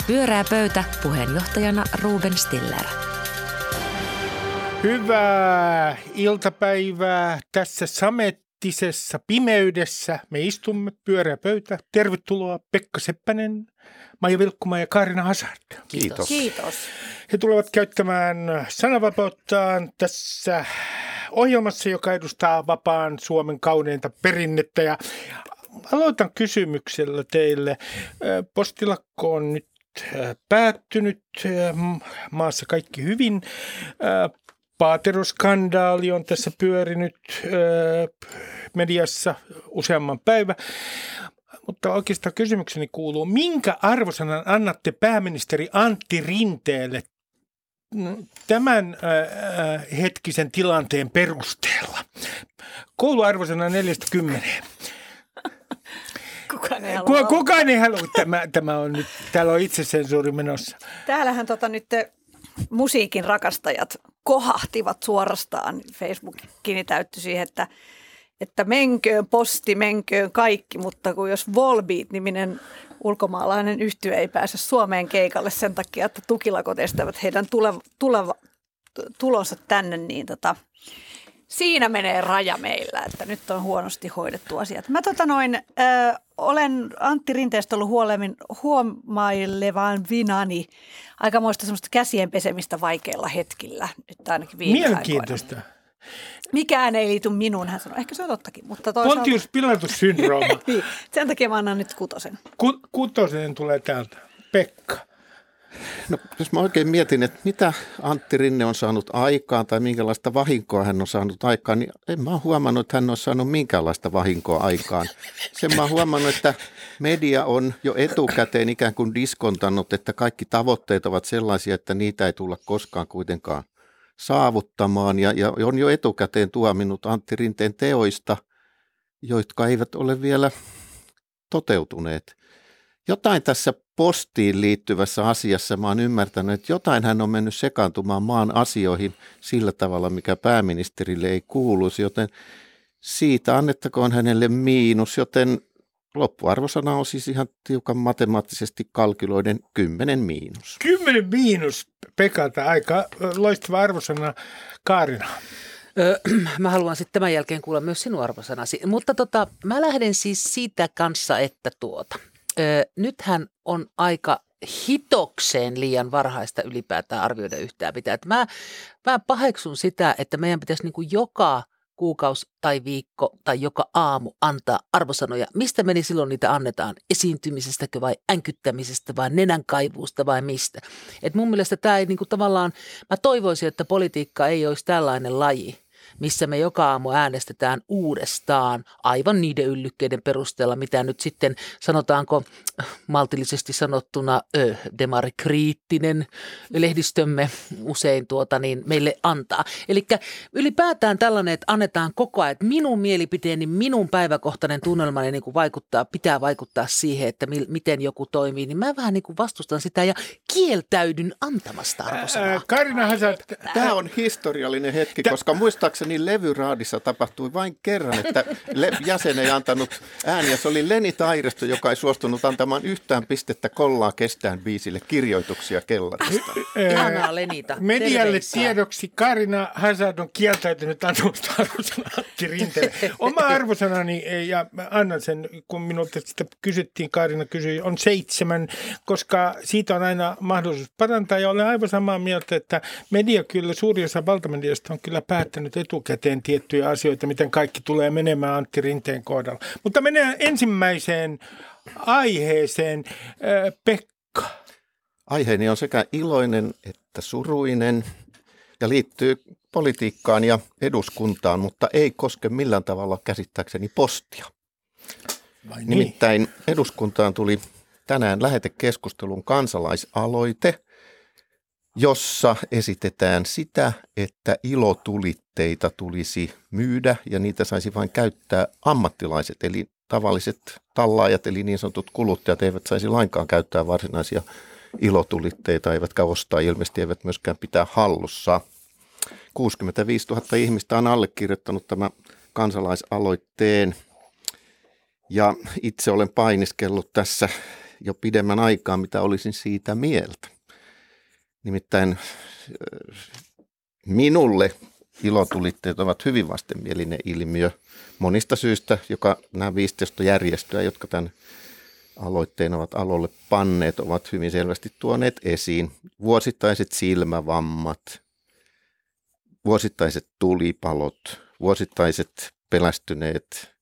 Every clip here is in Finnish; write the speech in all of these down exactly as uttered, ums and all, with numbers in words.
Pyöreä pöytä, puheenjohtajana Ruben Stiller. Hyvää iltapäivää tässä samettisessa pimeydessä. Me istumme, pyöreä pöytä. Tervetuloa Pekka Seppänen, Maija Vilkkuma ja Kaarina Hazard. Kiitos. Kiitos. He tulevat käyttämään sananvapauttaan tässä ohjelmassa, joka edustaa vapaan Suomen kauneinta perinnettä. Ja aloitan kysymyksellä teille. Postilakko on nyt päättynyt, maassa kaikki hyvin. Paateroskandaali on tässä pyörinyt mediassa useamman päivän. Mutta oikeastaan kysymykseni kuuluu, minkä arvosanan annatte pääministeri Antti Rinteelle tämän hetkisen tilanteen perusteella? Kouluarvosana neljästä kymmeneen. Kukaan ei halua. Kukaan ei halua. Tämä, tämä on nyt, täällä on itsesensuuri menossa. Täällähän tota nyt musiikin rakastajat kohahtivat suorastaan. Facebookkin täyttyi siihen, että, että menköön posti, menköön kaikki, mutta kun jos Volbeat-niminen ulkomaalainen yhtye ei pääse Suomeen keikalle sen takia, että tukilakot estävät heidän tuleva, tuleva, tulonsa tänne, niin tota, siinä menee raja meillä, että nyt on huonosti hoidettu asiat. Mä tota noin, ö, olen Antti Rinteestä ollut huolemin, huomailevan vinani aikamoista semmoista käsien pesemistä vaikeilla hetkillä. Nyt ainakin viime Mielenkiintoista. aikoina. Mikään ei liity minuun, hän sanoi. Ehkä se on tottakin, mutta toisaalta... Pontius Pilatus-syndrooma. Niin, sen takia mä annan nyt kutosen. Ku, kutosen tulee täältä. Pekka. No, jos mä oikein mietin, että mitä Antti Rinne on saanut aikaan tai minkälaista vahinkoa hän on saanut aikaan, niin en mä ole huomannut, että hän on saanut minkäänlaista vahinkoa aikaan. Sen mä oon huomannut, että media on jo etukäteen ikään kuin diskontannut, että kaikki tavoitteet ovat sellaisia, että niitä ei tulla koskaan kuitenkaan saavuttamaan. Ja, ja on jo etukäteen tuominut Antti Rinteen teoista, jotka eivät ole vielä toteutuneet. Jotain tässä postiin liittyvässä asiassa mä oon ymmärtänyt, että jotain hän on mennyt sekaantumaan maan asioihin sillä tavalla, mikä pääministerille ei kuuluisi, joten siitä annettakoon hänelle miinus, joten loppuarvosana on siis ihan tiukan matemaattisesti kalkyloiden kymmenen miinus. Kymmenen miinus Pekalta, aika loistava arvosana. Kaarina. Öö, mä haluan sitten tämän jälkeen kuulla myös sinun arvosanasi, mutta tota, mä lähden siis siitä kanssa, että tuota. Öö, nythän on aika hitokseen liian varhaista ylipäätään arvioida yhtään mitään. Mä, mä paheksun sitä, että meidän pitäisi niin kuin joka kuukausi tai viikko tai joka aamu antaa arvosanoja. Mistä meni silloin niitä annetaan? Esiintymisestäkö vai änkyttämisestä vai nenänkaivuusta vai mistä? Et mun mielestä tämä ei niin kuin tavallaan, mä toivoisin, että politiikka ei olisi tällainen laji, missä me joka aamu äänestetään uudestaan aivan niiden yllykkeiden perusteella, mitä nyt sitten sanotaanko maltillisesti sanottuna ö, demarikriittinen lehdistömme usein tuota niin meille antaa. Eli ylipäätään tällainen, että annetaan koko ajan, että minun mielipiteeni, minun päiväkohtainen tunnelmani niin kuin vaikuttaa, pitää vaikuttaa siihen, että mi- miten joku toimii, niin mä vähän niin kuin vastustan sitä ja kieltäydyn antamasta arvosanaa. Kaarina Hazard. Tämä on historiallinen hetki, koska muistaakseni levyraadissa tapahtui vain kerran, että le- jäsen ei antanut ääniä. Se oli Leni Tairisto, joka ei suostunut antamaan yhtään pistettä Kollaa kestään biisille kirjoituksia kellarista. Ihanaa Lenita. Medialle Terveisiä. tiedoksi Kaarina Hazard on kieltäytynyt antamasta arvosanaa Antti Rinteelle. Oma arvosanani, ja annan sen, kun minulta sitä kysyttiin, Kaarina kysyi, on seitsemän, koska siitä on aina mahdollisuus parantaa. Ja olen aivan samaa mieltä, että media kyllä, suuri osa valtamediasta on kyllä päättänyt etukäteen tiettyjä asioita, miten kaikki tulee menemään Antti Rinteen kohdalla. Mutta mennään ensimmäiseen aiheeseen. Pekka. Aiheeni on sekä iloinen että suruinen ja liittyy politiikkaan ja eduskuntaan, mutta ei koske millään tavalla käsittääkseni postia. Vai niin? Nimittäin eduskuntaan tuli tänään lähetekeskustelun kansalaisaloite, jossa esitetään sitä, että ilotulitteita tulisi myydä ja niitä saisi vain käyttää ammattilaiset, eli tavalliset tallaajat, eli niin sanotut kuluttajat eivät saisi lainkaan käyttää varsinaisia ilotulitteita, eivätkä ostaa, ilmeisesti eivät myöskään pitää hallussa. kuusikymmentäviisituhatta ihmistä on allekirjoittanut tämän kansalaisaloitteen ja itse olen painiskellut tässä jo pidemmän aikaa, mitä olisin siitä mieltä. Nimittäin minulle ilotulitteet ovat hyvin vastenmielinen ilmiö monista syistä, joka nämä viisitoista järjestöä, jotka tämän aloitteen ovat aloille panneet, ovat hyvin selvästi tuoneet esiin. Vuosittaiset silmävammat, vuosittaiset tulipalot, vuosittaiset pelästyneet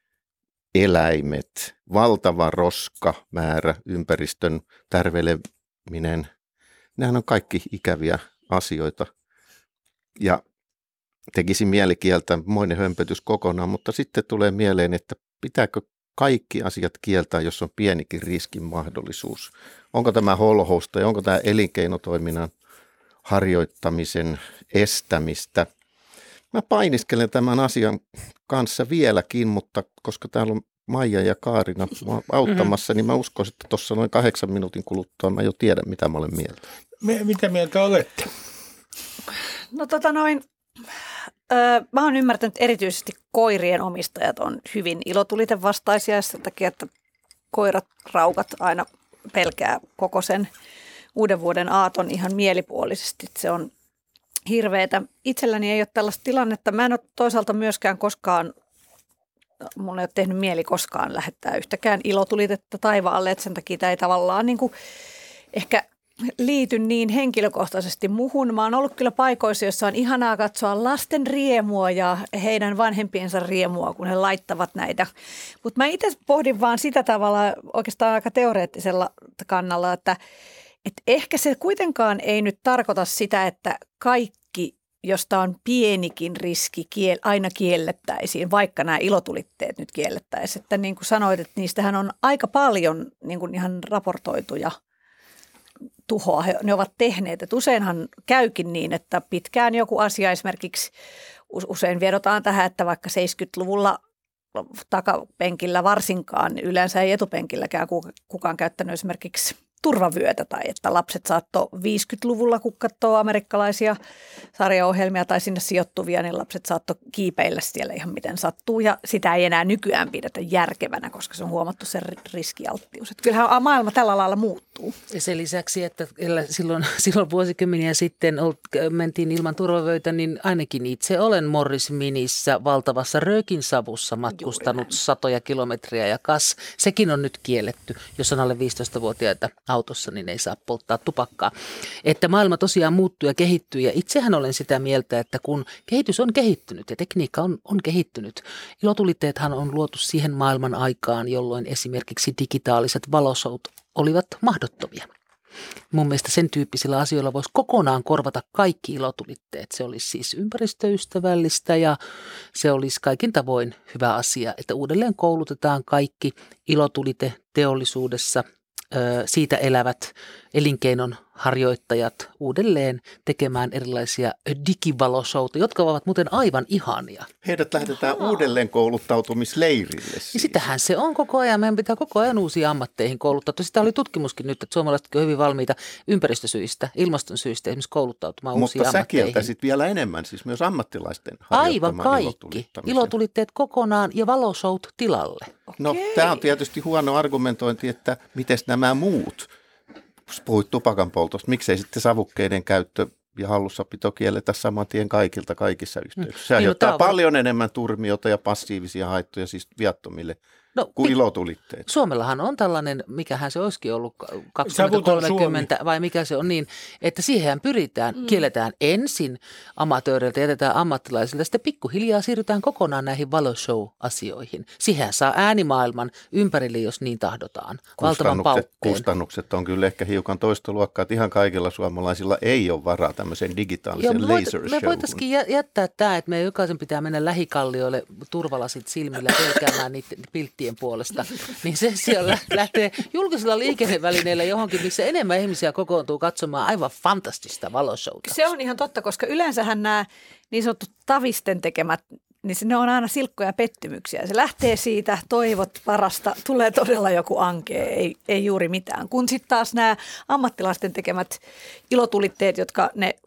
eläimet, valtava roskamäärä, ympäristön tärveleminen. Nämähän on kaikki ikäviä asioita ja tekisi mieli kieltää moinen hömpötys kokonaan, mutta sitten tulee mieleen, että pitääkö kaikki asiat kieltää, jos on pienikin riskin mahdollisuus. Onko tämä holhousta ja onko tämä elinkeinotoiminnan harjoittamisen estämistä? Mä painiskelen tämän asian kanssa vieläkin, mutta koska täällä on Maija ja Kaarina auttamassa, niin mä uskoisin, että tuossa noin kahdeksan minuutin kuluttua mä jo tiedän, mitä mä olen mieltä. Me, mitä mieltä olette? No tota noin, öö, mä oon ymmärtänyt, että erityisesti koirien omistajat on hyvin ilotulitevastaisia sen takia, että koirat, raukat aina pelkää koko sen uuden vuoden aaton ihan mielipuolisesti. Se on hirveetä. Itselläni ei ole tällaista tilannetta. Mä en ole toisaalta myöskään koskaan, mun ei ole tehnyt mieli koskaan lähettää yhtäkään ilotulitetta taivaalle, että sen takia tämä ei tavallaan niin kuin ehkä liity niin henkilökohtaisesti muhun. Mä oon ollut kyllä paikoissa, joissa on ihanaa katsoa lasten riemua ja heidän vanhempiensa riemua, kun he laittavat näitä. Mutta mä itse pohdin vaan sitä tavalla oikeastaan aika teoreettisella kannalla, että, että ehkä se kuitenkaan ei nyt tarkoita sitä, että kaikki, josta on pienikin riski, kiel, aina kiellettäisiin, vaikka nämä ilotulitteet nyt kiellettäisiin. Että niin kuin sanoit, että niistähän on aika paljon niin kuin ihan raportoituja tuhoa ne ovat tehneet. Et useinhan käykin niin, että pitkään joku asia esimerkiksi, usein vedotaan tähän, että vaikka seitsemänkymmentäluvulla takapenkillä varsinkaan, yleensä ei etupenkilläkään kukaan käyttänyt esimerkiksi turvavyötä tai että lapset saattoi viisikymmentäluvulla, kun katsoo amerikkalaisia sarjaohjelmia tai sinne sijoittuvia, niin lapset saattoi kiipeillä siellä ihan miten sattuu ja sitä ei enää nykyään pidetä järkevänä, koska se on huomattu se riskialttius. Että kyllähän maailma tällä lailla muuttuu. Ja sen lisäksi, että silloin, silloin vuosikymmeniä sitten mentiin ilman turvavöitä, niin ainakin itse olen Morris Minissä valtavassa röökinsavussa matkustanut Juuri. satoja kilometriä ja kas, sekin on nyt kielletty, jos on alle viisitoistavuotiaita autossa, niin ei saa polttaa tupakkaa. Että maailma tosiaan muuttuu ja kehittyy ja itsehän olen sitä mieltä, että kun kehitys on kehittynyt ja tekniikka on, on kehittynyt, ilotulitteethan on luotu siihen maailman aikaan, jolloin esimerkiksi digitaaliset valoshout olivat mahdottomia. Mun mielestä sen tyyppisillä asioilla voisi kokonaan korvata kaikki ilotulitteet. Se olisi siis ympäristöystävällistä ja se olisi kaikin tavoin hyvä asia, että uudelleen koulutetaan kaikki ilotulite teollisuudessa siitä elävät elinkeinon harjoittajat uudelleen tekemään erilaisia digivalosouta, jotka ovat muuten aivan ihania. Heidät lähetetään Aha. uudelleen kouluttautumisleirille. Siis. Ja sitähän se on koko ajan. Meidän pitää koko ajan uusiin ammatteihin kouluttautua. Sitä oli tutkimuskin nyt, että suomalaisetkin on hyvin valmiita ympäristösyistä, ilmaston syistä esimerkiksi kouluttautumaan Mutta uusiin ammatteihin. Mutta sä kieltäisit vielä enemmän, siis myös ammattilaisten aivan kaikki. Ilotulitteet kokonaan ja valosout tilalle. No tämä on tietysti huono argumentointi, että miten nämä muut, puhuit tupakan poltosta, miksei sitten savukkeiden käyttö ja hallussapito kielletä saman tien kaikilta kaikissa yhteyksissä. Se niin, aiheuttaa no, paljon on... enemmän turmiota ja passiivisia haittoja siis viattomille no, kuin ilotulitteet. Suomellahan on tällainen, mikähän se olisikin ollut kaksikymmentä kolmekymmentä vai mikä se on niin, että siihen pyritään, mm. kielletään ensin amatööreiltä, jätetään ammattilaisilta, sitten pikkuhiljaa siirrytään kokonaan näihin valoshow-asioihin. Siihen saa äänimaailman ympärille, jos niin tahdotaan. Valtavan paukkeen. Kustannukset on kyllä ehkä hiukan toista luokkaa, että ihan kaikilla suomalaisilla ei ole varaa tämmöiseen digitaaliseen Joo, laser showhun. Me voitaisiin jättää tämä, että me jokaisen pitää mennä lähikallioille turvalasit silmillä pelkäämään niiden pilttien puolesta, niin se siellä lähtee julkisella liikennevälineellä johonkin, missä enemmän ihmisiä kokoontuu katsomaan aivan fantastista valoshowta. Se on ihan totta, koska yleensähän nämä niin sanotut tavisten tekemät, niin ne on aina silkkoja pettymyksiä. Se lähtee siitä, toivot parasta, tulee todella joku ankee, ei, ei juuri mitään. Kun sitten taas nämä ammattilaisten tekemät ilotulitteet, jotka ne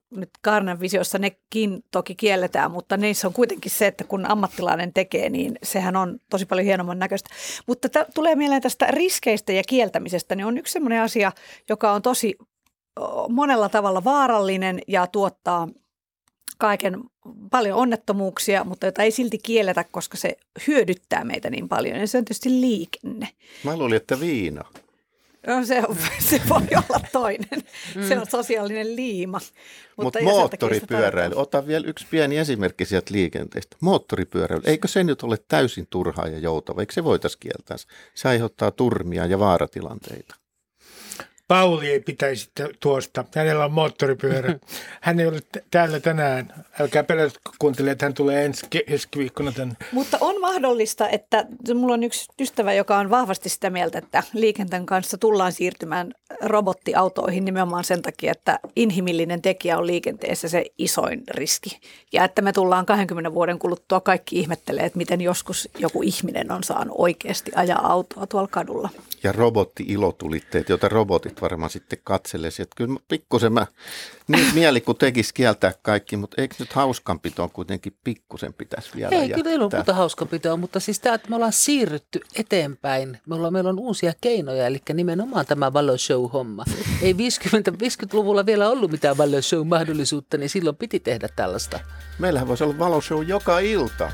nyt Kaarinan visiossa nekin toki kielletään, mutta niissä on kuitenkin se, että kun ammattilainen tekee, niin sehän on tosi paljon hienomman näköistä. Mutta t- tulee mieleen tästä riskeistä ja kieltämisestä, niin on yksi sellainen asia, joka on tosi monella tavalla vaarallinen ja tuottaa kaiken paljon onnettomuuksia, mutta jota ei silti kielletä, koska se hyödyttää meitä niin paljon. Ja se on tietysti liikenne. Mä luulin, että viina. No se, on, se voi olla toinen. Mm. Se on sosiaalinen liima. Mutta Mut moottoripyöräily. Ota vielä yksi pieni esimerkki sieltä liikenteestä. Moottoripyöräily. Eikö se nyt ole täysin turhaa ja joutava? Eikö se voitaisiin kieltää? Se aiheuttaa turmia ja vaaratilanteita. Pauli ei pitäisi tuosta. Hänellä on moottoripyörä. Hän ei ole t- täällä tänään. Älkää pelätä, kun kuuntelee, että hän tulee ensi keskiviikkona tänne. Mutta on mahdollista, että mulla on yksi ystävä, joka on vahvasti sitä mieltä, että liikenteen kanssa tullaan siirtymään robottiautoihin nimenomaan sen takia, että inhimillinen tekijä on liikenteessä se isoin riski. Ja että me tullaan kahdenkymmenen vuoden kuluttua kaikki ihmettelee, että miten joskus joku ihminen on saanut oikeasti ajaa autoa tuolla kadulla. Ja robotti-ilotulitteet, joita robotit varmaan sitten katselisi. Että kyllä pikkusen mä niin mieli kun tekisi kieltää kaikki, mutta eikö nyt hauskanpitoon kuitenkin pikkusen pitäisi vielä Ei, jättää? kyllä ei ole muuta hauskanpitoa, mutta siis tämä, että me ollaan siirrytty eteenpäin. Me ollaan, meillä on uusia keinoja, eli nimenomaan tämä valoshow-homma. Ei viisikymmentä-viisikymmentäluvulla vielä ollut mitään valoshow-mahdollisuutta, niin silloin piti tehdä tällaista. Meillähän voisi olla valoshow joka ilta.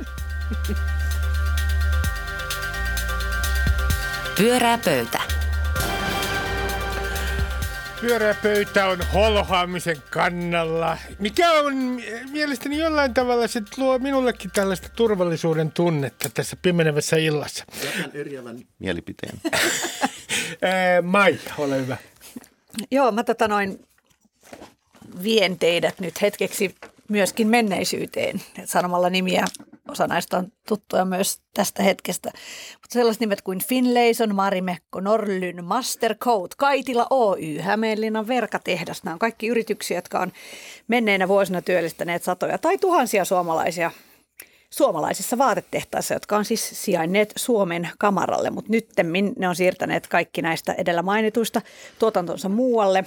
Pyörää pöytä. Pyörää pöytä on holhoamisen kannalla, mikä on mielestäni jollain tavalla, se luo minullekin tällaista turvallisuuden tunnetta tässä pimenevässä illassa. Jätän eriävän mielipiteen. Mai, ole hyvä. Joo, mä tota noin vien teidät nyt hetkeksi myöskin menneisyyteen sanomalla nimiä. Osa näistä on tuttuja myös tästä hetkestä. Mutta sellaiset nimet kuin Finlayson, Marimekko, Norlyn, Mastercoat, Kaitila Oy, Hämeenlinnan verkatehdas. Nämä on kaikki yrityksiä, jotka on menneinä vuosina työllistäneet satoja tai tuhansia suomalaisia suomalaisissa vaatetehtaissa, jotka on siis sijainneet Suomen kamaralle. Mutta nyttemmin ne on siirtäneet kaikki näistä edellä mainituista tuotantonsa muualle.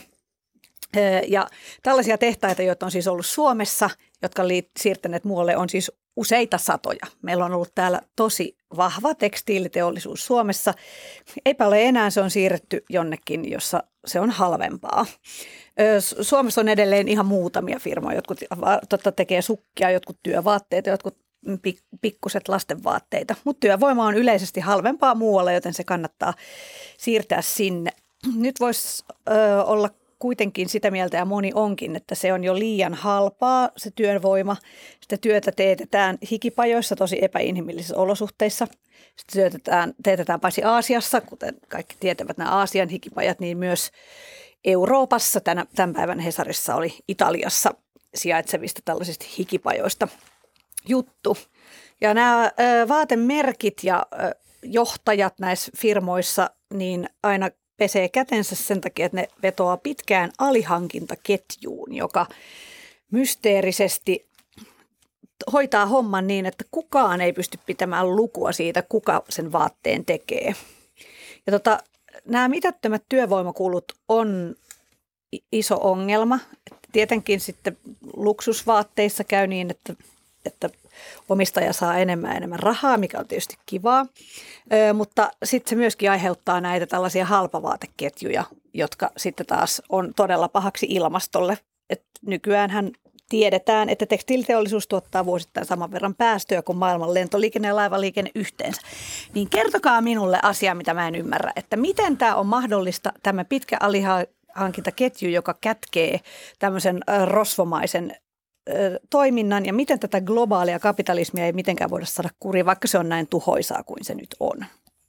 Ja tällaisia tehtaita, joita on siis ollut Suomessa, jotka on siirtäneet muualle, on siis useita satoja. Meillä on ollut täällä tosi vahva tekstiiliteollisuus Suomessa. Eipä ole enää, se on siirretty jonnekin, jossa se on halvempaa. Suomessa on edelleen ihan muutamia firmoja, jotkut totta tekee sukkia, jotkut työvaatteita, jotkut pikkuset lastenvaatteita. Mutta työvoima on yleisesti halvempaa muualle, joten se kannattaa siirtää sinne. Nyt voisi ö, olla kuitenkin sitä mieltä, ja moni onkin, että se on jo liian halpaa, se työvoima. Sitä työtä teetetään hikipajoissa tosi epäinhimillisissä olosuhteissa. Sitä teetetään, teetetään paitsi Aasiassa, kuten kaikki tietävät nämä Aasian hikipajat, niin myös Euroopassa. Tänä, tämän päivän Hesarissa oli Italiassa sijaitsevista tällaisista hikipajoista juttu. Ja nämä ö, vaatemerkit ja ö, johtajat näissä firmoissa, niin aina pesee kätensä sen takia, että ne vetoaa pitkään alihankintaketjuun, joka mysteerisesti hoitaa homman niin, että kukaan ei pysty pitämään lukua siitä, kuka sen vaatteen tekee. Ja tota, nämä mitättömät työvoimakulut on iso ongelma. Tietenkin sitten luksusvaatteissa käy niin, että, että omistaja saa enemmän ja enemmän rahaa, mikä on tietysti kivaa, Ö, mutta sitten se myöskin aiheuttaa näitä tällaisia halpavaateketjuja, jotka sitten taas on todella pahaksi ilmastolle. Et nykyäänhän tiedetään, että tekstiiliteollisuus tuottaa vuosittain saman verran päästöjä kuin maailman lentoliikenne ja laivaliikenne yhteensä. Niin kertokaa minulle asia, mitä mä en ymmärrä, että miten tämä on mahdollista, tämä pitkä alihankintaketju, joka kätkee tämmöisen rosvomaisen toiminnan ja miten tätä globaalia kapitalismia ei mitenkään voida saada kuriin, vaikka se on näin tuhoisaa kuin se nyt on.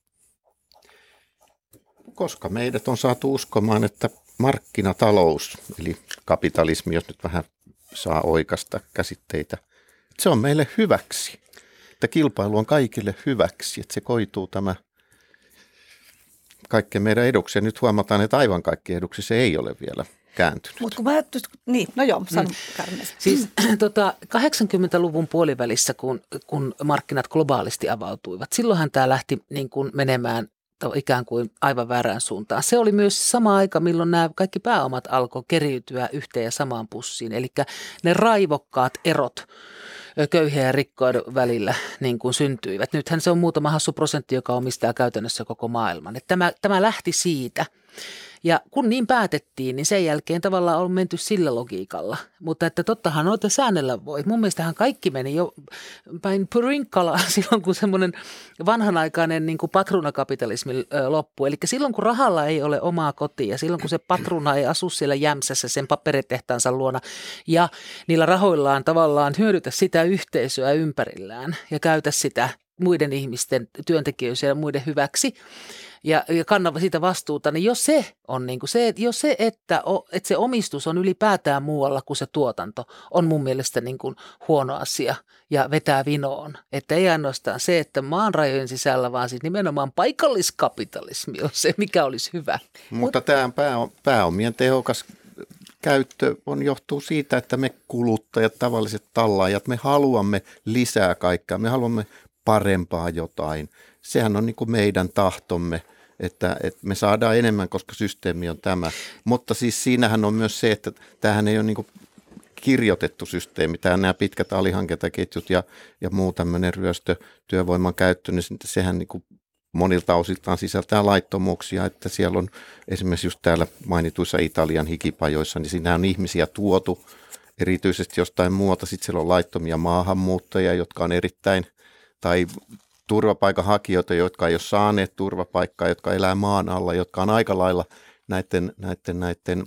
Koska meidät on saatu uskomaan, että markkinatalous, eli kapitalismi, jos nyt vähän saa oikasta käsitteitä, että se on meille hyväksi, että kilpailu on kaikille hyväksi, että se koituu tämä kaikkeen meidän eduksi. Ja nyt huomataan, että aivan kaikki eduksi se ei ole vielä kääntynyt. Mutta kun mä ajattelin, niin, no joo, sano mm. Karnes. Siis tota, kahdeksankymmentäluvun puolivälissä, kun, kun markkinat globaalisti avautuivat, silloinhan tämä lähti niin kuin menemään ikään kuin aivan väärään suuntaan. Se oli myös sama aika, milloin nämä kaikki pääomat alkoi keriytyä yhteen ja samaan pussiin. Eli ne raivokkaat erot köyhien ja rikkoiden välillä niin kuin syntyivät. Nythän se on muutama hassu prosentti, joka omistaa käytännössä koko maailman. Että tämä, tämä lähti siitä. Ja kun niin päätettiin, niin sen jälkeen tavallaan on menty sillä logiikalla. Mutta että tottahan noita säännellä voi. Mun mielestähän kaikki meni jo päin Pyrinkkala silloin, kun semmoinen vanhanaikainen niin kuin patruunakapitalismi loppui. Eli silloin, kun rahalla ei ole omaa kotia ja silloin, kun se patruuna ei asu siellä Jämsässä sen paperitehtaansa luona ja niillä rahoillaan tavallaan hyödytä sitä yhteisöä ympärillään ja käytä sitä muiden ihmisten, työntekijöiden ja muiden hyväksi, ja, ja kanna siitä vastuuta, niin jos se on niin kuin se, jos se, että, o, että se omistus on ylipäätään muualla kuin se tuotanto, on mun mielestä niin kuin huono asia ja vetää vinoon. Että ei ainoastaan se, että maan rajojen sisällä, vaan siis nimenomaan paikalliskapitalismi on se, mikä olisi hyvä. Mutta tämä pääomien tehokas käyttö on, johtuu siitä, että me kuluttajat, tavalliset tallaajat, me haluamme lisää kaikkea, me haluamme parempaa jotain. Sehän on niin kuin meidän tahtomme, että, että me saadaan enemmän, koska systeemi on tämä. Mutta siis siinähän on myös se, että tämähän ei ole niin kuin kirjoitettu systeemi. Tämä nämä pitkät alihankintaketjut ja, ja muu tämmöinen ryöstötyövoiman käyttö, niin sehän niin kuin monilta osiltaan sisältää laittomuuksia, että siellä on esimerkiksi just täällä mainituissa Italian hikipajoissa, niin siinä on ihmisiä tuotu erityisesti jostain muualta. Sitten siellä on laittomia maahanmuuttajia, jotka on erittäin, tai turvapaikanhakijoita, jotka ei ole saaneet turvapaikkaa, jotka elää maan alla, jotka on aika lailla näiden, näiden, näiden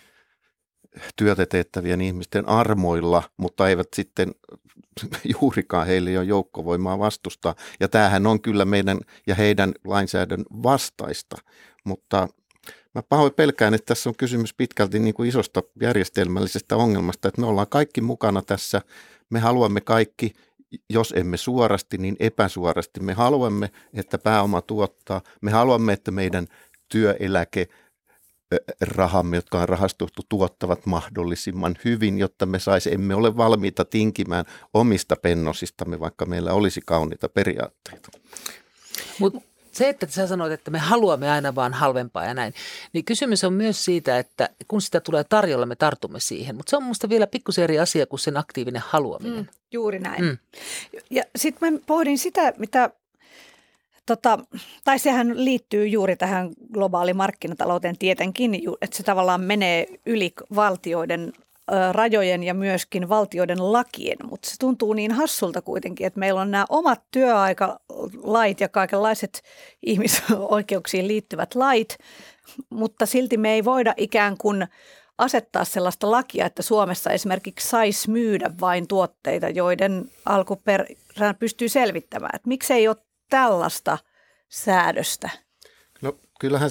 työtä teettävien ihmisten armoilla, mutta eivät sitten juurikaan heille ole joukkovoimaa vastustaa. Ja tämähän on kyllä meidän ja heidän lainsäädännön vastaista, mutta mä pahoin pelkään, että tässä on kysymys pitkälti niin kuin isosta järjestelmällisestä ongelmasta, että me ollaan kaikki mukana tässä, me haluamme kaikki, jos emme suorasti, niin epäsuorasti. Me haluamme, että pääoma tuottaa. Me haluamme, että meidän työeläke rahamme, jotka on rahastettu, tuottavat mahdollisimman hyvin, jotta me saisi, emme ole valmiita tinkimään omista pennosistamme, vaikka meillä olisi kauniita periaatteita. Mutta se, että sä sanoit, että me haluamme aina vaan halvempaa ja näin, niin kysymys on myös siitä, että kun sitä tulee tarjolla, me tartumme siihen. Mutta se on musta vielä pikkusen eri asia kuin sen aktiivinen haluaminen. Mm, juuri näin. Mm. Ja sitten mä pohdin sitä, mitä, tota, tai sehän liittyy juuri tähän globaaliin markkinatalouteen tietenkin, että se tavallaan menee yli valtioiden rajojen ja myöskin valtioiden lakien, mutta se tuntuu niin hassulta kuitenkin, että meillä on nämä omat työaikalait ja kaikenlaiset ihmisoikeuksiin liittyvät lait, mutta silti me ei voida ikään kuin asettaa sellaista lakia, että Suomessa esimerkiksi saisi myydä vain tuotteita, joiden alkuperään pystyy selvittämään. Että miksei ole tällaista säädöstä? No kyllähän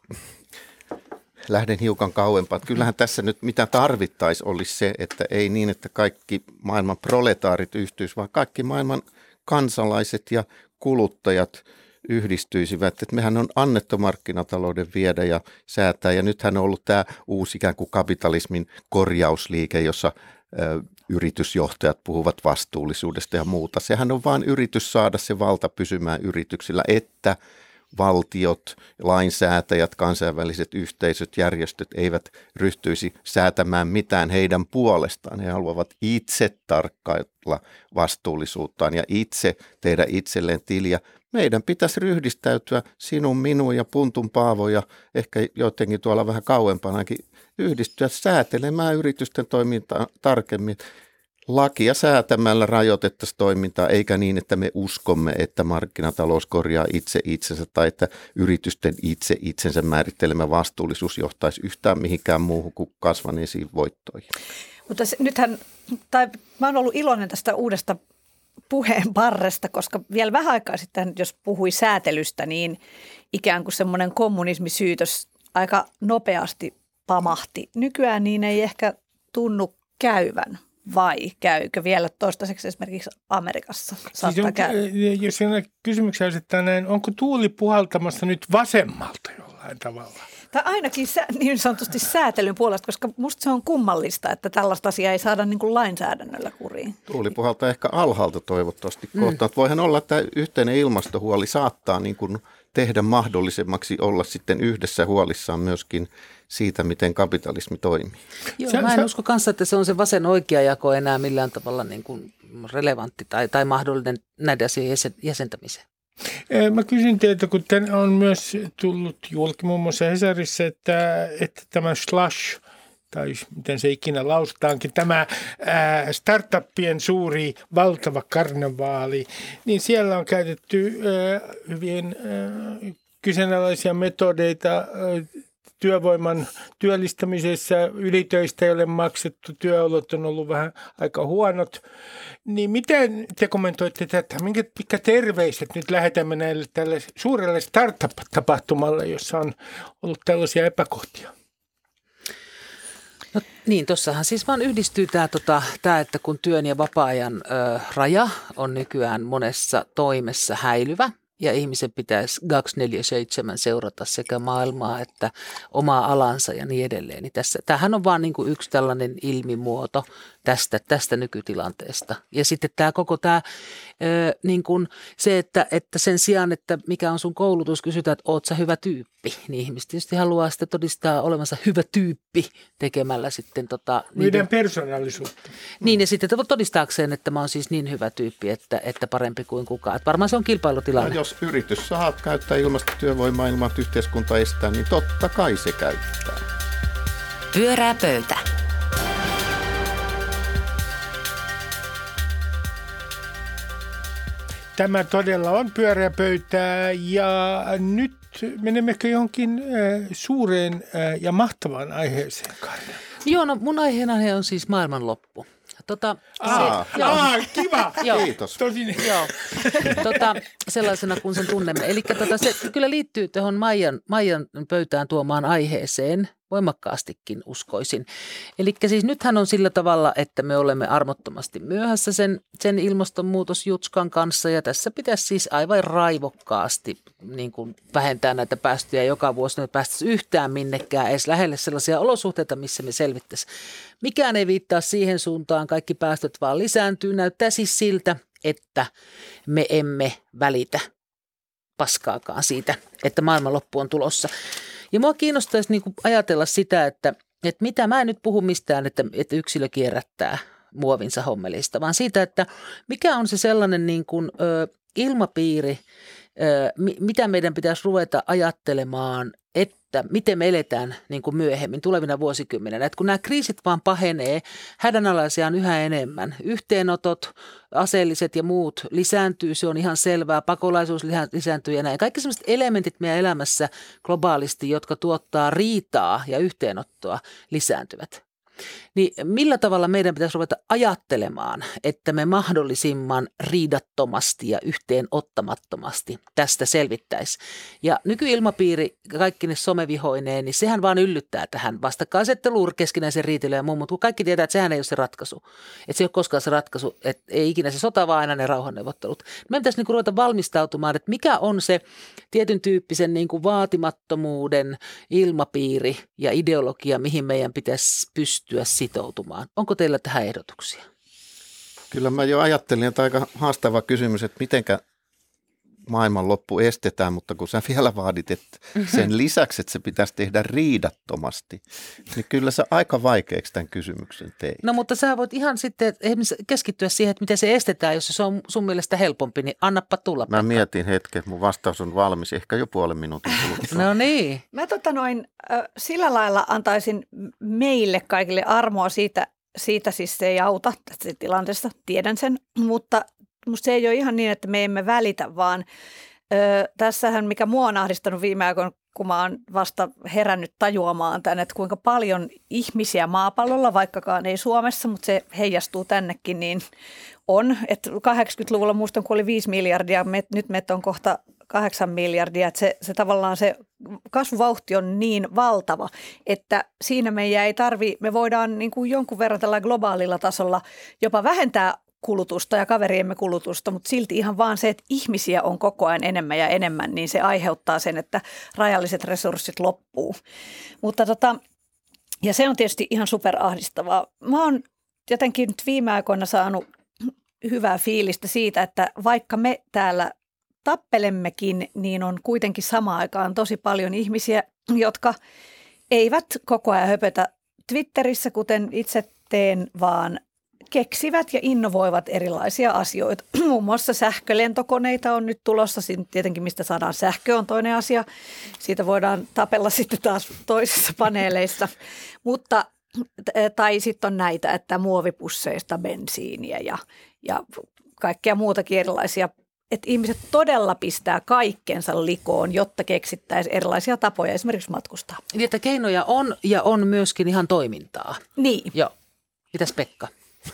lähden hiukan kauempaa. Kyllähän tässä nyt mitä tarvittaisiin olisi se, että ei niin, että kaikki maailman proletaarit yhtyisivät, vaan kaikki maailman kansalaiset ja kuluttajat yhdistyisivät. Että mehän on annettu markkinatalouden viedä ja säätää. Ja nythän on ollut tämä uusi ikään kuin kapitalismin korjausliike, jossa ö, yritysjohtajat puhuvat vastuullisuudesta ja muuta. Sehän on vain yritys saada se valta pysymään yrityksillä, että valtiot, lainsäätäjät, kansainväliset yhteisöt, järjestöt eivät ryhtyisi säätämään mitään heidän puolestaan. He haluavat itse tarkkailla vastuullisuuttaan ja itse tehdä itselleen tiliä. Meidän pitäisi ryhdistäytyä sinun, minun ja Puntun Paavo ja ehkä jotenkin tuolla vähän kauempanakin yhdistyä säätelemään yritysten toimintaa tarkemmin. Lakia säätämällä rajoitettaisiin toimintaa, eikä niin, että me uskomme, että markkinatalous korjaa itse itsensä tai että yritysten itse itsensä määrittelemä vastuullisuus johtaisi yhtään mihinkään muuhun kuin kasvaneisiin voittoihin. Mutta se, nythän, tai mä oon ollut iloinen tästä uudesta puheen parresta, koska vielä vähän aikaa sitten, jos puhui säätelystä, niin ikään kuin semmoinen kommunismisyytös aika nopeasti pamahti. Nykyään niin ei ehkä tunnu käyvän. Vai käykö vielä toistaiseksi esimerkiksi Amerikassa? Siis on, jos kysymyksiä asettaa näin, onko tuuli puhaltamassa nyt vasemmalta jollain tavalla? Tai ainakin sä, niin sanotusti säätelyn puolesta, koska musta se on kummallista, että tällaista asiaa ei saada niin kuin lainsäädännöllä kuriin. Tuuli puhaltaa ehkä alhaalta toivottavasti mm. kohtaan. Voihan olla, että yhteinen ilmastohuoli saattaa niin kuin tehdä mahdollisemmaksi olla sitten yhdessä huolissaan myöskin siitä, miten kapitalismi toimii. Joo, sä, mä en sä... usko kanssa, että se on se vasen oikea jako enää millään tavalla niin kuin relevantti tai, tai mahdollinen näiden asioiden jäsentämiseen. Mä kysyn teiltä, kun tänne on myös tullut julki muun muassa Hesarissa, että, että tämä slash, tai miten se ikinä lausutaankin, tämä ää, startuppien suuri valtava karnevaali, niin siellä on käytetty ää, hyvin ää, kyseenalaisia metodeita ää, työvoiman työllistämisessä, ylitöistä ei ole maksettu, työolot on ollut vähän aika huonot. Niin miten te kommentoitte tätä? Minkä pitkä terveiset nyt lähetämme näille tälle suurelle startup-tapahtumalle, jossa on ollut tällaisia epäkohtia? No niin, tuossahan siis vaan yhdistyy tämä, tota, tämä että kun työn ja vapaa-ajan ö, raja on nykyään monessa toimessa häilyvä, ja ihmisen pitäisi kaksikymmentäneljä seitsemän seurata sekä maailmaa että omaa alansa ja niin edelleen. Niin tässä, tämähän on vaan niin kuin yksi tällainen ilmimuoto tästä, tästä nykytilanteesta. Ja sitten tämä koko tämä, ö, niin kuin se, että, että sen sijaan, että mikä on sun koulutus, kysytään, että oot sä hyvä tyyppi, niin ihmiset tietysti haluaa sitten todistaa olevansa hyvä tyyppi tekemällä sitten tota... Niiden persoonallisuutta. Niin, ja sitten todistaakseen, että mä oon siis niin hyvä tyyppi, että, että parempi kuin kukaan. Että varmaan se on kilpailutilanne. No, jos yritys saa käyttää ilmastotyövoimaa ilman, että yhteiskunta estää, niin totta kai se käyttää. Pyörää pöytä. Tämä todella on pyöreä pöytää ja nyt menemmekö johonkin äh, suureen äh, ja mahtavaan aiheeseen, Karina? Joo, no mun aiheena on siis maailmanloppu. Tota, aa, se, aa, kiva! Kiitos. Tosin, joo, tota, sellaisena kuin sen tunnemme. Eli tota, se kyllä liittyy tuohon Maijan, Maijan pöytään tuomaan aiheeseen voimakkaastikin uskoisin. Eli siis nythän on sillä tavalla, että me olemme armottomasti myöhässä sen, sen ilmastonmuutosjutskan kanssa ja tässä pitäisi siis aivan raivokkaasti niin kuin vähentää näitä päästöjä joka vuosi. Ne päästäisiin yhtään minnekään edes lähelle sellaisia olosuhteita, missä me selvittäisiin. Mikään ei viittaa siihen suuntaan, kaikki päästöt vaan lisääntyy. Näyttää siis siltä, että me emme välitä paskaakaan siitä, että maailmanloppu on tulossa. Ja mua kiinnostaisi niin kuin ajatella sitä, että, että mitä mä en nyt puhu mistään, että, että yksilö kierrättää muovinsa hommelista, vaan siitä, että mikä on se sellainen niin kuin, ö, ilmapiiri, ö, mi, mitä meidän pitäisi ruveta ajattelemaan, että miten me eletään niin kuin myöhemmin tulevina vuosikymmeninä. Että kun nämä kriisit vaan pahenee, hädänalaisia on yhä enemmän. Yhteenotot, aseelliset ja muut lisääntyy, se on ihan selvää. Pakolaisuus lisääntyy ja näin. Kaikki sellaiset elementit meidän elämässä globaalisti, jotka tuottaa riitaa ja yhteenottoa, lisääntyvät. Niin millä tavalla meidän pitäisi ruveta ajattelemaan, että me mahdollisimman riidattomasti ja yhteenottamattomasti tästä selvittäisi. Ja nykyilmapiiri, kaikki ne somevihoineen, niin sehän vaan yllyttää tähän vastakkainasetteluun, keskinäisen riitelyyn ja muun, mutta kun kaikki tietää, että sehän ei ole se ratkaisu. Että se ei ole koskaan se ratkaisu, että ei ikinä se sota, vaan aina ne rauhanneuvottelut. Meidän pitäisi niin kuin ruveta valmistautumaan, että mikä on se tietyn tyyppisen niin kuin vaatimattomuuden ilmapiiri ja ideologia, mihin meidän pitäisi pystyä sitoutumaan. Onko teillä tähän ehdotuksia? Kyllä mä jo ajattelin, että aika haastava kysymys, että mitenkä maailmanloppu estetään, mutta kun sä vielä vaadit, että sen lisäksi, että se pitäisi tehdä riidattomasti, niin kyllä sä aika vaikeaksi tämän kysymyksen teit. No mutta sä voit ihan sitten keskittyä siihen, että miten se estetään, jos se on sun mielestä helpompi, niin annappa tulla. Mä mietin hetken, mun vastaus on valmis, ehkä jo puolen minuutin kuluttua. No niin. Mä tota noin, sillä lailla antaisin meille kaikille armoa siitä, siitä siis se ei auta tästä tilanteesta, tiedän sen, mutta musta se ei ole ihan niin, että me emme välitä, vaan ö, tässähän, mikä mua on ahdistanut viime aikoina, kun mä oon vasta herännyt tajuamaan tämän, että kuinka paljon ihmisiä maapallolla, vaikkakaan ei Suomessa, mutta se heijastuu tännekin, niin on. Että kahdeksankymmentäluvulla muistan, kun oli viisi miljardia, me, nyt meitä on kohta kahdeksan miljardia, että se, se tavallaan se kasvuvauhti on niin valtava, että siinä meidän ei tarvi, me voidaan niin kuin jonkun verran tällä globaalilla tasolla jopa vähentää kulutusta ja kaveriemme kulutusta, mutta silti ihan vaan se, että ihmisiä on koko ajan enemmän ja enemmän, niin se aiheuttaa sen, että rajalliset resurssit loppuu. Mutta tota, ja se on tietysti ihan superahdistavaa. Mä oon jotenkin nyt viime aikoina saanut hyvää fiilistä siitä, että vaikka me täällä tappelemmekin, niin on kuitenkin samaan aikaan tosi paljon ihmisiä, jotka eivät koko ajan höpötä Twitterissä, kuten itse teen, vaan keksivät ja innovoivat erilaisia asioita. Muun muassa sähkölentokoneita on nyt tulossa. Siinä tietenkin mistä saadaan sähkö on toinen asia. Siitä voidaan tapella sitten taas toisissa paneeleissa. Mutta, tai sitten on näitä, että muovipusseista bensiiniä ja, ja kaikkea muutakin erilaisia. Että ihmiset todella pistää kaikkensa likoon, jotta keksittäisiin erilaisia tapoja esimerkiksi matkustaa. Niin, että keinoja on ja on myöskin ihan toimintaa. Niin. Joo. Mitäs Pekka?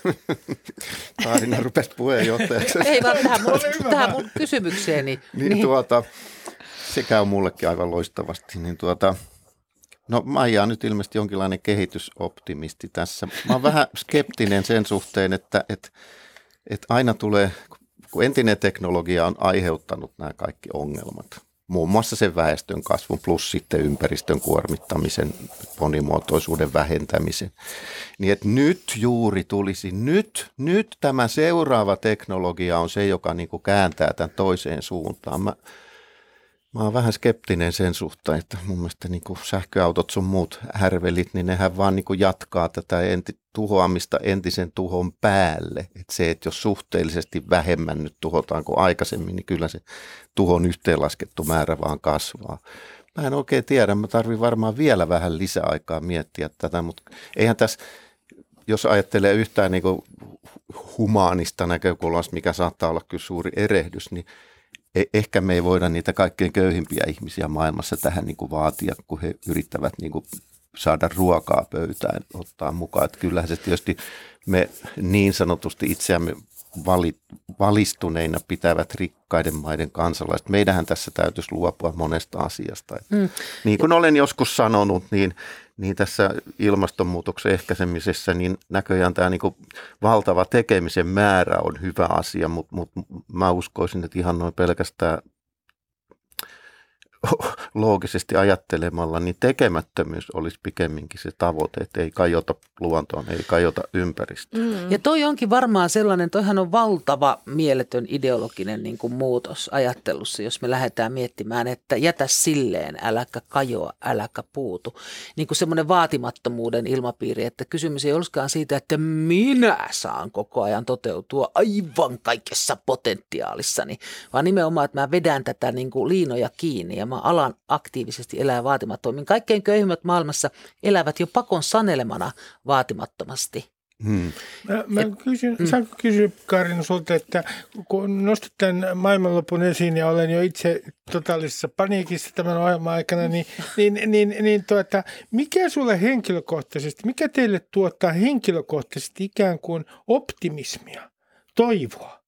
Kaarina rupesi puheenjohtajaksi. Ei vaan tähän mun, tähän mun kysymykseeni. Niin, niin. Tuota, se käy mullekin aivan loistavasti. Niin tuota, no Maija on nyt ilmeisesti jonkinlainen kehitysoptimisti tässä. Mä oon vähän skeptinen sen suhteen, että, että, että aina tulee, kun entinen teknologia on aiheuttanut nämä kaikki ongelmat. Muun muassa sen väestön kasvun plus sitten ympäristön kuormittamisen, monimuotoisuuden vähentämisen. Niin että nyt juuri tulisi, nyt, nyt tämä seuraava teknologia on se, joka niin kuin kääntää tämän toiseen suuntaan. Mä, mä oon vähän skeptinen sen suhteen, että mun mielestä niin kuin sähköautot sun muut härvelit, niin nehän vaan niin kuin jatkaa tätä enti, tuhoamista entisen tuhon päälle. Että se, että jos suhteellisesti vähemmän nyt tuhotaan kuin aikaisemmin, niin kyllä se tuhon yhteenlaskettu määrä vaan kasvaa. Mä en oikein tiedä, mä tarvitsen varmaan vielä vähän lisäaikaa miettiä tätä, mutta eihän tässä, jos ajattelee yhtään niin kuin humaanista näkökulmasta, mikä saattaa olla kyllä suuri erehdys, niin ehkä me ei voida niitä kaikkein köyhimpiä ihmisiä maailmassa tähän niin kuin vaatia, kun he yrittävät niin kuin saada ruokaa pöytään ottaa mukaan. Että kyllähän se tietysti me niin sanotusti itseämme vali, valistuneina pitävät rikkaiden maiden kansalaiset. Meidänhän tässä täytyisi luopua monesta asiasta. Mm. Niin kuin olen joskus sanonut, niin, niin tässä ilmastonmuutoksen ehkäisemisessä niin näköjään tämä niin kuin valtava tekemisen määrä on hyvä asia, mutta, mutta mä uskoisin, että ihan noin pelkästään loogisesti ajattelemalla, niin tekemättömyys olisi pikemminkin se tavoite, että ei kajota luontoon, ei kajota ympäristöön. Mm. Ja toi onkin varmaan sellainen, toihan on valtava mieletön ideologinen niin kuin muutos ajattelussa, jos me lähdetään miettimään, että jätä silleen, äläkä kajoa, äläkä puutu. Niin kuin semmoinen vaatimattomuuden ilmapiiri, että kysymys ei olisikaan siitä, että minä saan koko ajan toteutua aivan kaikessa potentiaalissani, vaan nimenomaan, että mä vedän tätä niin kuin liinoja kiinni ja mä alan aktiivisesti elää vaatimattomasti. Kaikkein köyhimmät maailmassa elävät jo pakon sanelemana vaatimattomasti. Hmm. Mä, mä kysyn, hmm. saanko kysyä Kaarina sulta, että kun nostat tämän maailmanlopun esiin ja olen jo itse totaalisessa paniikissa tämän ohjelman aikana, niin, niin, niin, niin tuota, mikä sulle henkilökohtaisesti, mikä teille tuottaa henkilökohtaisesti ikään kuin optimismia, toivoa?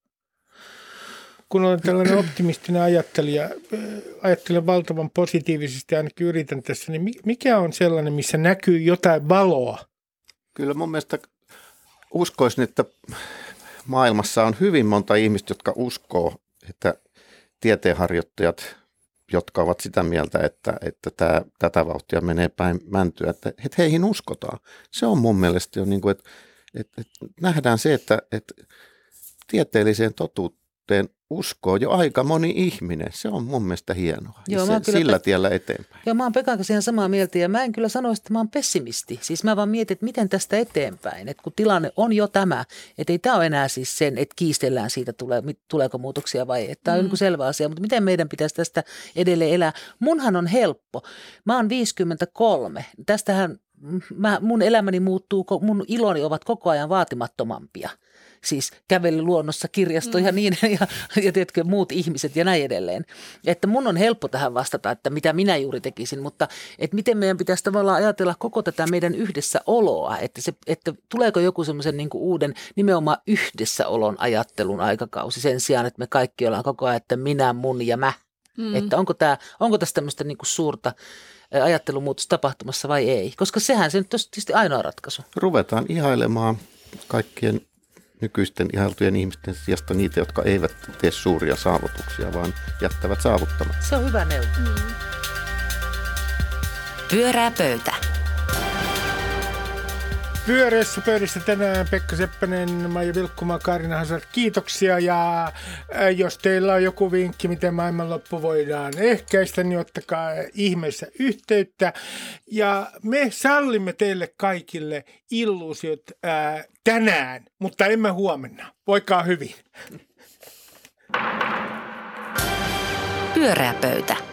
Kun olen tällainen optimistinen ajattelija, ajattelen valtavan positiivisesti, ainakin yritän tässä, niin mikä on sellainen, missä näkyy jotain valoa? Kyllä mun mielestä uskoisin, että maailmassa on hyvin monta ihmistä, jotka uskoo, että tieteenharjoittajat, jotka ovat sitä mieltä, että, että tämä, tätä vauhtia menee päin mäntyä, että, että heihin uskotaan. Se on mun mielestä jo niin kuin, että, että, että nähdään se, että, että tieteelliseen totuuteen uskoo jo aika moni ihminen. Se on mun mielestä hienoa. Joo, se, sillä pe- tiellä eteenpäin. Joo, mä oon Pekan kanssa ihan samaa mieltä ja mä en kyllä sanoisi, että mä oon pessimisti. Siis mä vaan mietin, että miten tästä eteenpäin. Että kun tilanne on jo tämä, että ei tämä ole enää siis sen, että kiistellään siitä, tulee, tuleeko muutoksia vai ei. Tämä on mm. niin selvä asia, mutta miten meidän pitäisi tästä edelleen elää. Munhan on helppo. Mä oon viisikymmentäkolme. Tästähän mä, mun elämäni muuttuu, mun iloni ovat koko ajan vaatimattomampia. Siis kävely luonnossa, kirjasto ja niin, ja, ja tiedätkö, muut ihmiset ja näin edelleen. Että mun on helppo tähän vastata, että mitä minä juuri tekisin, mutta että miten meidän pitäisi tavallaan ajatella koko tätä meidän yhdessäoloa, että, se, että tuleeko joku semmoisen niin kuin uuden nimenomaan yhdessäolon ajattelun aikakausi sen sijaan, että me kaikki ollaan koko ajan, että minä, mun ja mä. Mm. Että onko, tämä, onko tässä tämmöistä niin kuin suurta ajattelumuutosta tapahtumassa vai ei, koska sehän se nyt on tietysti ainoa ratkaisu. Ruvetaan ihailemaan kaikkien nykyisten ihailtujen ihmisten sijasta niitä, jotka eivät tee suuria saavutuksia, vaan jättävät saavuttamatta. Se on hyvä neuvo. Mm. Pyörää pöytä. Pyöreässä pöydässä tänään Pekka Seppänen, Maija Vilkkumaa, Kaarina Hazard. Kiitoksia ja jos teillä on joku vinkki, miten maailmanloppu voidaan ehkäistä, niin ottakaa ihmeessä yhteyttä. Ja me sallimme teille kaikille illuusiot ää, tänään, mutta emme huomenna. Voikaa hyvin. Pyörää pöytä.